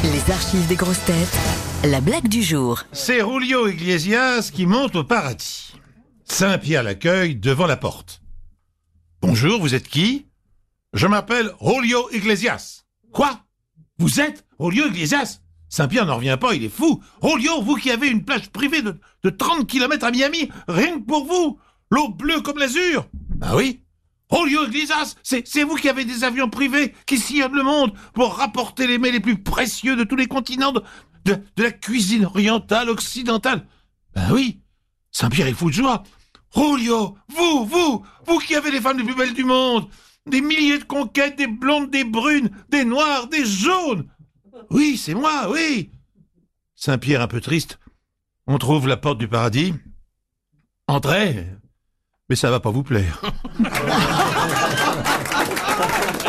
Les archives des grosses têtes, la blague du jour. C'est Julio Iglesias qui monte au paradis. Saint-Pierre l'accueille devant la porte. « Bonjour, vous êtes qui ?»« Je m'appelle Julio Iglesias. »« Quoi ? Vous êtes Julio Iglesias ?» Saint-Pierre n'en revient pas, il est fou. « Julio, vous qui avez une plage privée de 30 km à Miami, rien que pour vous, l'eau bleue comme l'azur. » Ah oui. Julio Iglesias, c'est vous qui avez des avions privés qui sillonnent le monde pour rapporter les mets les plus précieux de tous les continents, de la cuisine orientale, occidentale. Ben oui, Saint-Pierre est fou de joie. Julio, vous qui avez les femmes les plus belles du monde, des milliers de conquêtes, des blondes, des brunes, des noires, des jaunes. Oui, c'est moi, oui. Saint-Pierre un peu triste. On trouve la porte du paradis. Entrez. Mais ça va pas vous plaire.